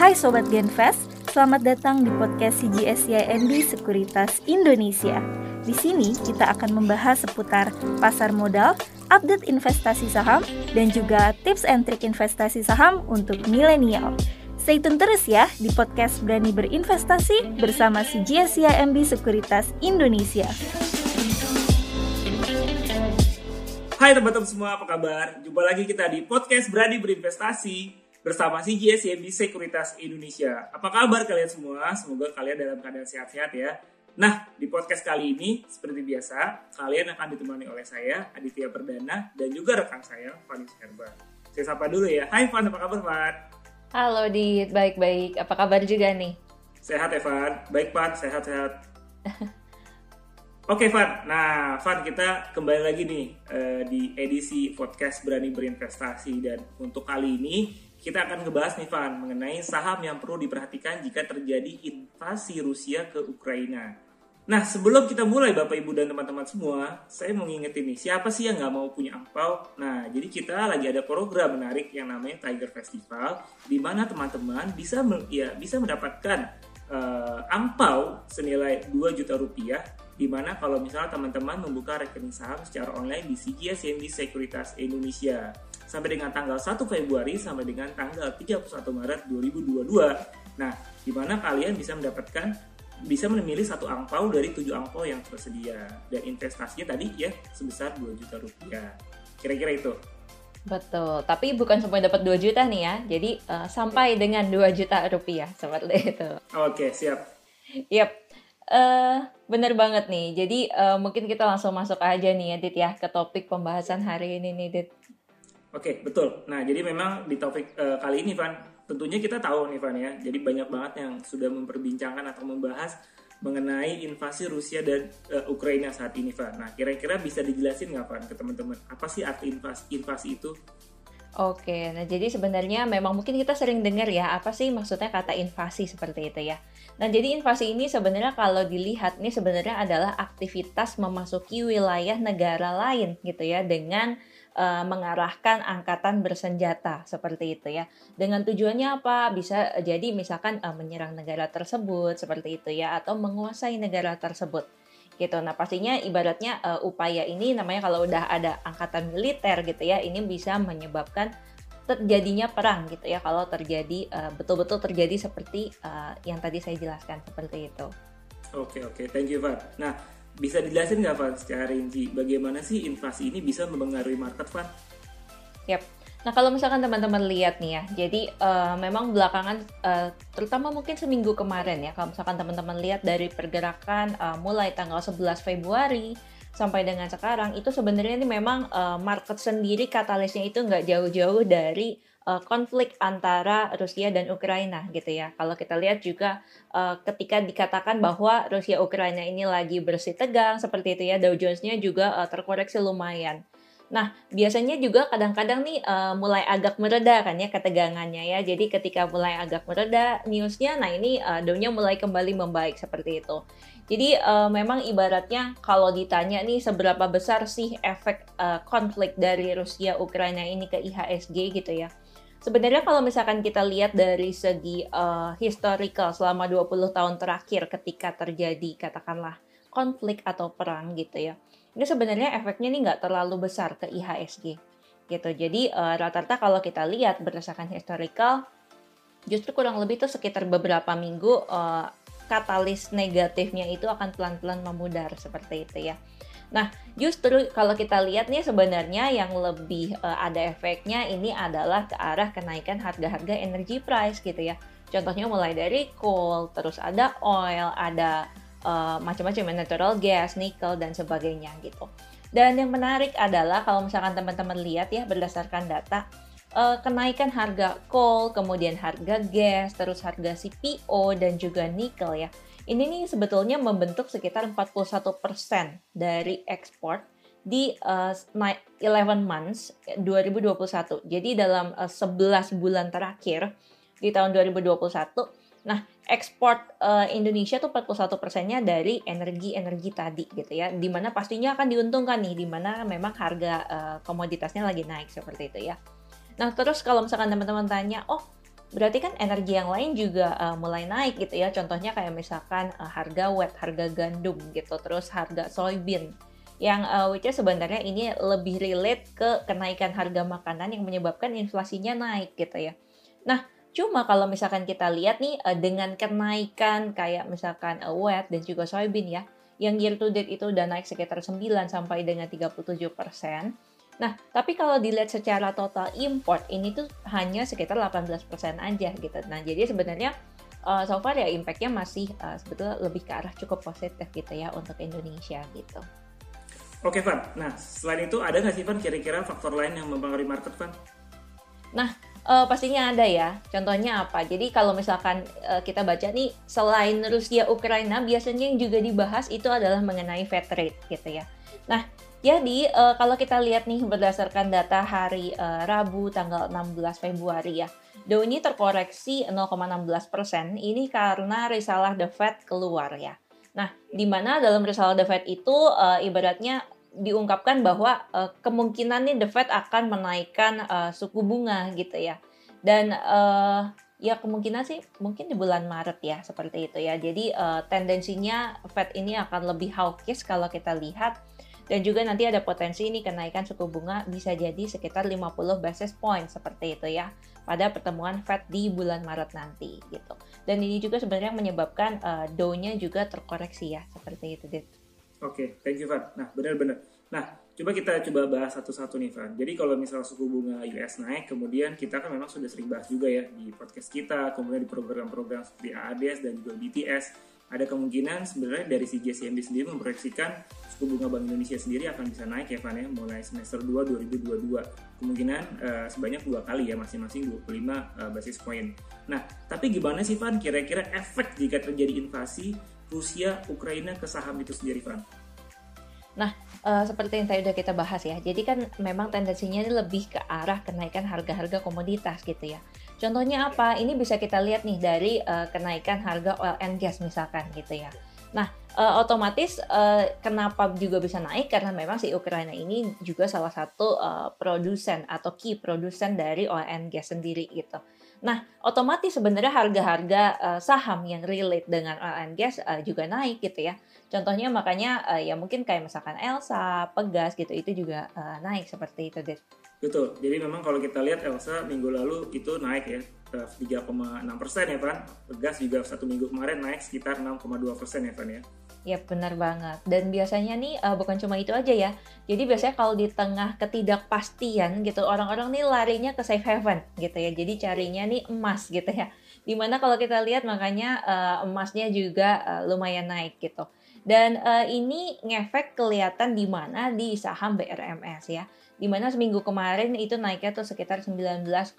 Hai Sobat Genvest, selamat datang di podcast CGSCIMB Sekuritas Indonesia. Di sini kita akan membahas seputar pasar modal, update investasi saham, dan juga tips and trik investasi saham untuk milenial. Stay tune terus ya di podcast Berani Berinvestasi bersama CGSCIMB Sekuritas Indonesia. Hai teman-teman semua, apa kabar? Jumpa lagi kita di podcast Berani Berinvestasi bersama CGSCIMB Sekuritas Indonesia. Apa kabar kalian semua? Semoga kalian dalam keadaan sehat-sehat ya. Nah, di podcast kali ini, seperti biasa, kalian akan ditemani oleh saya, Aditya Perdana, dan juga rekan saya, Fani Sherba. Saya sapa dulu ya. Hai Fan, apa kabar Fan? Halo Dit, baik-baik. Apa kabar juga nih? Sehat ya Fan? Baik Fan, sehat-sehat. Oke Fan, nah Fan, kita kembali lagi nih di edisi podcast Berani Berinvestasi. Dan untuk kali ini kita akan ngebahas nih Van mengenai saham yang perlu diperhatikan jika terjadi invasi Rusia ke Ukraina. Nah sebelum kita mulai Bapak Ibu dan teman-teman semua, saya mau ngingetin nih, siapa sih yang nggak mau punya angpau? Nah jadi kita lagi ada program menarik yang namanya Tiger Festival, di mana teman-teman bisa mendapatkan angpau senilai 2 juta rupiah, di mana kalau misalnya teman-teman membuka rekening saham secara online di CGSCIMB Sekuritas Indonesia sampai dengan tanggal 1 Februari sampai dengan tanggal 31 Maret 2022. Nah, di mana kalian bisa memilih satu angpau dari 7 angpau yang tersedia, dan investasinya tadi ya sebesar 2 juta rupiah. Kira-kira itu. Betul, tapi bukan semua dapat 2 juta nih ya. Jadi sampai dengan 2 juta rupiah seperti itu. Oke, siap. Yap. Bener banget nih. Jadi mungkin kita langsung masuk aja nih ya Dit ya ke topik pembahasan hari ini nih Dit. Oke, betul. Nah, jadi memang di topik kali ini, Van, tentunya kita tahu nih, Van, ya. Jadi banyak banget yang sudah memperbincangkan atau membahas mengenai invasi Rusia dan Ukraina saat ini, Van. Nah, kira-kira bisa dijelasin nggak, Van, ke teman-teman? Apa sih arti invasi itu? Oke, nah jadi sebenarnya memang mungkin kita sering dengar ya, apa sih maksudnya kata invasi seperti itu ya. Nah jadi invasi ini sebenarnya kalau dilihat ini sebenarnya adalah aktivitas memasuki wilayah negara lain gitu ya, dengan mengarahkan angkatan bersenjata seperti itu ya. Dengan tujuannya apa? Bisa jadi misalkan menyerang negara tersebut seperti itu ya, atau menguasai negara tersebut gitu. Nah pastinya ibaratnya upaya ini namanya kalau udah ada angkatan militer gitu ya, ini bisa menyebabkan terjadinya perang gitu ya, kalau terjadi betul-betul terjadi seperti yang tadi saya jelaskan seperti itu. Oke, thank you Van. Nah bisa dijelasin nggak Van secara rinci bagaimana sih invasi ini bisa mempengaruhi market, Van? Yap. Nah kalau misalkan teman-teman lihat nih ya, jadi memang belakangan terutama mungkin seminggu kemarin ya, kalau misalkan teman-teman lihat dari pergerakan mulai tanggal 11 Februari sampai dengan sekarang, itu sebenarnya ini memang market sendiri katalisnya itu nggak jauh-jauh dari konflik antara Rusia dan Ukraina gitu ya. Kalau kita lihat juga ketika dikatakan bahwa Rusia Ukraina ini lagi bersih tegang seperti itu ya, Dow Jones-nya juga terkoreksi lumayan. Nah, biasanya juga kadang-kadang nih mulai agak mereda kan ya ketegangannya ya. Jadi ketika mulai agak mereda newsnya, nah ini Dow-nya mulai kembali membaik seperti itu. Jadi memang ibaratnya kalau ditanya nih seberapa besar sih efek konflik dari Rusia Ukraina ini ke IHSG gitu ya. Sebenarnya kalau misalkan kita lihat dari segi historical selama 20 tahun terakhir ketika terjadi katakanlah konflik atau perang gitu ya. Ini sebenarnya efeknya nih nggak terlalu besar ke IHSG gitu. Jadi rata-rata kalau kita lihat berdasarkan historical, justru kurang lebih tuh sekitar beberapa minggu katalis negatifnya itu akan pelan-pelan memudar seperti itu ya. Nah justru kalau kita lihat nih sebenarnya yang lebih ada efeknya ini adalah ke arah kenaikan harga-harga energy price gitu ya. Contohnya mulai dari coal, terus ada oil, ada macam-macam natural gas, nikel dan sebagainya gitu. Dan yang menarik adalah kalau misalkan teman-teman lihat ya berdasarkan data kenaikan harga coal, kemudian harga gas, terus harga CPO dan juga nikel ya. Ini nih sebetulnya membentuk sekitar 41% dari ekspor di 11 months 2021. Jadi dalam 11 bulan terakhir di tahun 2021, nah ekspor Indonesia tuh 41%-nya dari energi tadi gitu ya, dimana pastinya akan diuntungkan nih, dimana memang harga komoditasnya lagi naik seperti itu ya. Nah terus kalau misalkan teman-teman tanya, oh berarti kan energi yang lain juga mulai naik gitu ya. Contohnya kayak misalkan harga wheat, harga gandum gitu, terus harga soybean. Yang which is sebenarnya ini lebih relate ke kenaikan harga makanan yang menyebabkan inflasinya naik gitu ya. Nah, cuma kalau misalkan kita lihat nih dengan kenaikan kayak misalkan wheat dan juga soybean ya, yang year to date itu udah naik sekitar 9 sampai dengan 37%. Nah, tapi kalau dilihat secara total import, ini tuh hanya sekitar 18% aja gitu. Nah, jadi sebenarnya so far ya impact-nya masih sebetulnya lebih ke arah cukup positif gitu ya untuk Indonesia gitu. Oke, Van. Nah, selain itu ada nggak sih, Van, kira-kira faktor lain yang mempengaruhi market, Van? Nah, pastinya ada ya. Contohnya apa? Jadi kalau misalkan kita baca nih, selain Rusia, Ukraina, biasanya yang juga dibahas itu adalah mengenai Fed rate gitu ya. Nah, jadi kalau kita lihat nih berdasarkan data hari Rabu tanggal 16 Februari ya, Dow ini terkoreksi 0,16%, ini karena risalah The Fed keluar ya. Nah, di mana dalam risalah The Fed itu ibaratnya diungkapkan bahwa kemungkinan nih The Fed akan menaikkan suku bunga gitu ya. Dan ya kemungkinan sih mungkin di bulan Maret ya, seperti itu ya. Jadi tendensinya Fed ini akan lebih hawkish kalau kita lihat. Dan juga nanti ada potensi ini kenaikan suku bunga bisa jadi sekitar 50 basis point seperti itu ya pada pertemuan Fed di bulan Maret nanti gitu. Dan ini juga sebenarnya menyebabkan Dow-nya juga terkoreksi ya seperti itu, Dit. Oke, thank you, Van. Nah, benar-benar. Nah, kita coba bahas satu-satu nih, Van. Jadi kalau misalnya suku bunga US naik, kemudian kita kan memang sudah sering bahas juga ya di podcast kita, kemudian di program-program seperti AADS dan juga BTS, ada kemungkinan sebenarnya dari si JCMB sendiri memproyeksikan suku bunga Bank Indonesia sendiri akan bisa naik ya, Van ya, mulai semester 2 2022. Kemungkinan sebanyak 2 kali ya, masing-masing 25 basis point. Nah, tapi gimana sih, Van, kira-kira efek jika terjadi invasi Rusia, Ukraina ke saham itu sendiri, Van? Nah, seperti yang tadi udah kita bahas ya, jadi kan memang tendensinya ini lebih ke arah kenaikan harga-harga komoditas gitu ya. Contohnya apa? Ini bisa kita lihat nih dari kenaikan harga oil and gas misalkan gitu ya. Nah, otomatis kenapa juga bisa naik? Karena memang si Ukraina ini juga salah satu produsen atau key produsen dari oil and gas sendiri gitu. Nah, otomatis sebenarnya harga-harga saham yang relate dengan oil and gas juga naik gitu ya. Contohnya makanya ya mungkin kayak misalkan Elsa, Pegas gitu, itu juga naik seperti itu, Dit. Betul, jadi memang kalau kita lihat Elsa minggu lalu itu naik ya 3,6% ya, Van. Pegas juga satu minggu kemarin naik sekitar 6,2% ya, Van ya. Ya benar banget. Dan biasanya nih bukan cuma itu aja ya. Jadi biasanya kalau di tengah ketidakpastian gitu, orang-orang nih larinya ke safe haven gitu ya. Jadi carinya nih emas gitu ya. Dimana kalau kita lihat makanya emasnya juga lumayan naik gitu. Dan ini ngefek kelihatan di mana di saham BRMS ya. Di mana seminggu kemarin itu naiknya tuh sekitar 19,4%.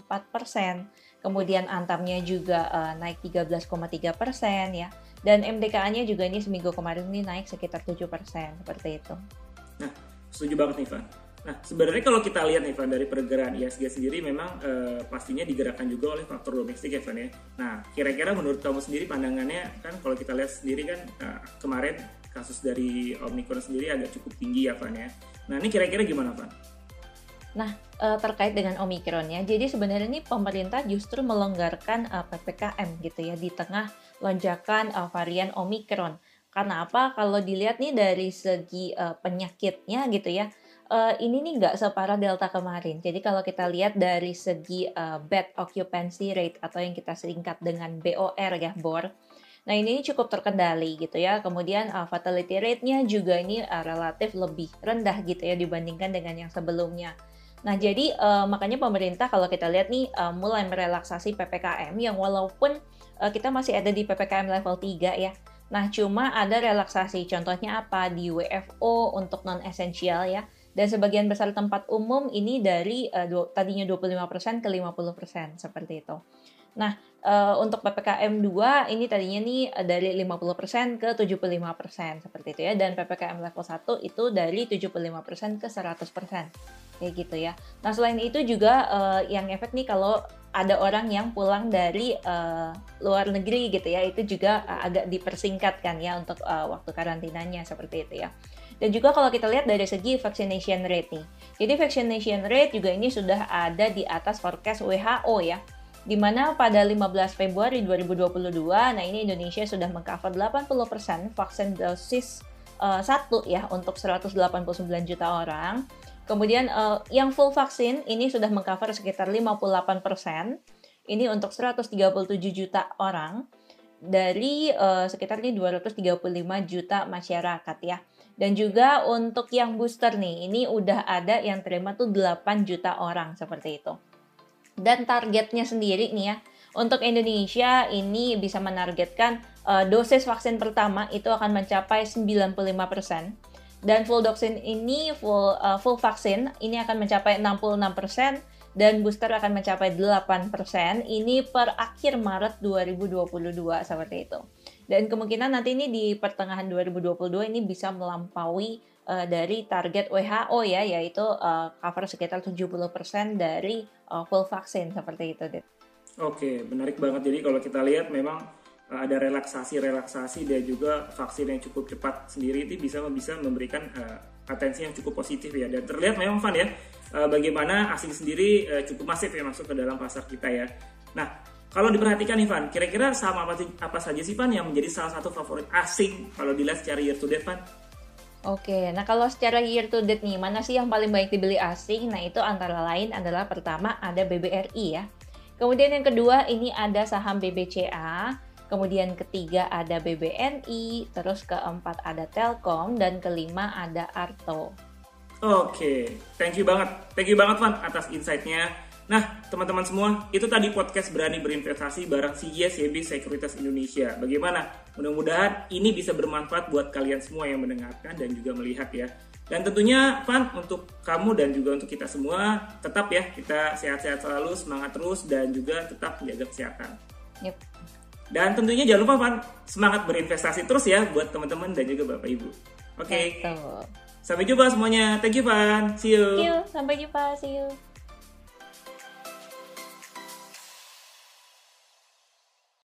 Kemudian Antamnya juga naik 13,3% ya. Dan MDKA-nya juga ini seminggu kemarin ini naik sekitar 7%, seperti itu. Nah, setuju banget nih, Van. Nah, sebenarnya kalau kita lihat nih, Van, dari pergerakan IHSG sendiri memang pastinya digerakkan juga oleh faktor domestik ya, Van ya. Nah, kira-kira menurut kamu sendiri pandangannya, kan kalau kita lihat sendiri kan kemarin kasus dari Omicron sendiri agak cukup tinggi ya, Van ya. Nah, ini kira-kira gimana, Van? Nah, terkait dengan Omicron ya, jadi sebenarnya ini pemerintah justru melonggarkan PPKM gitu ya di tengah lonjakan varian Omicron. Karena apa? Kalau dilihat nih dari segi penyakitnya gitu ya, ini nih nggak separah Delta kemarin. Jadi kalau kita lihat dari segi bed occupancy rate atau yang kita singkat dengan BOR ya, BOR. Nah ini cukup terkendali gitu ya. Kemudian fatality rate-nya juga ini relatif lebih rendah gitu ya dibandingkan dengan yang sebelumnya. Nah, jadi makanya pemerintah kalau kita lihat nih mulai merelaksasi PPKM yang walaupun kita masih ada di PPKM level 3 ya. Nah, cuma ada relaksasi. Contohnya apa? Di WFO untuk non-esensial ya. Dan sebagian besar tempat umum ini dari tadinya 25% ke 50% seperti itu. Nah, untuk PPKM 2 ini tadinya nih dari 50% ke 75% seperti itu ya. Dan PPKM level 1 itu dari 75% ke 100%. Kayak gitu ya. Nah, selain itu juga yang efek nih kalau ada orang yang pulang dari luar negeri gitu ya, itu juga agak dipersingkatkan ya untuk waktu karantinanya seperti itu ya. Dan juga kalau kita lihat dari segi vaccination rate nih. Jadi vaccination rate juga ini sudah ada di atas forecast WHO ya. di mana pada 15 Februari 2022, nah ini Indonesia sudah mengcover 80% vaksin dosis 1 ya untuk 189 juta orang. Kemudian yang full vaksin ini sudah mengcover sekitar 58%, ini untuk 137 juta orang dari sekitarnya 235 juta masyarakat ya. Dan juga untuk yang booster nih, ini udah ada yang terima tuh 8 juta orang seperti itu. Dan targetnya sendiri nih ya, untuk Indonesia ini bisa menargetkan dosis vaksin pertama itu akan mencapai 95%. Dan full vaksin ini, full vaksin ini akan mencapai 66%. Dan booster akan mencapai 8%, ini per akhir Maret 2022 seperti itu. Dan kemungkinan nanti ini di pertengahan 2022 ini bisa melampaui dari target WHO ya, yaitu cover sekitar 70% dari full vaksin seperti itu, Dit. Oke, menarik banget. Jadi kalau kita lihat memang ada relaksasi dan juga vaksin yang cukup cepat sendiri itu bisa memberikan atensi yang cukup positif ya. Dan terlihat memang Van ya, bagaimana asing sendiri cukup masif ya masuk ke dalam pasar kita ya. Nah, kalau diperhatikan nih Van, kira-kira saham apa saja sih Van yang menjadi salah satu favorit asing kalau dilihat secara year to date Van? Oke, nah kalau secara year to date nih, mana sih yang paling banyak dibeli asing? Nah itu antara lain adalah pertama ada BBRI ya. Kemudian yang kedua ini ada saham BBCA. Kemudian ketiga ada BBNI, terus keempat ada Telkom, dan kelima ada Arto. Oke, thank you banget Van atas insight-nya. Nah, teman-teman semua, itu tadi podcast Berani Berinvestasi bareng CGS YB Sekuritas Indonesia. Bagaimana? Mudah-mudahan ini bisa bermanfaat buat kalian semua yang mendengarkan dan juga melihat ya. Dan tentunya Van, untuk kamu dan juga untuk kita semua, tetap ya, kita sehat-sehat selalu, semangat terus, dan juga tetap menjaga kesehatan. Yep. Dan tentunya jangan lupa Van, semangat berinvestasi terus ya buat teman-teman dan juga Bapak Ibu. Oke. Betul. Sampai jumpa semuanya. Thank you Van. See you. Thank you. Sampai jumpa. See you.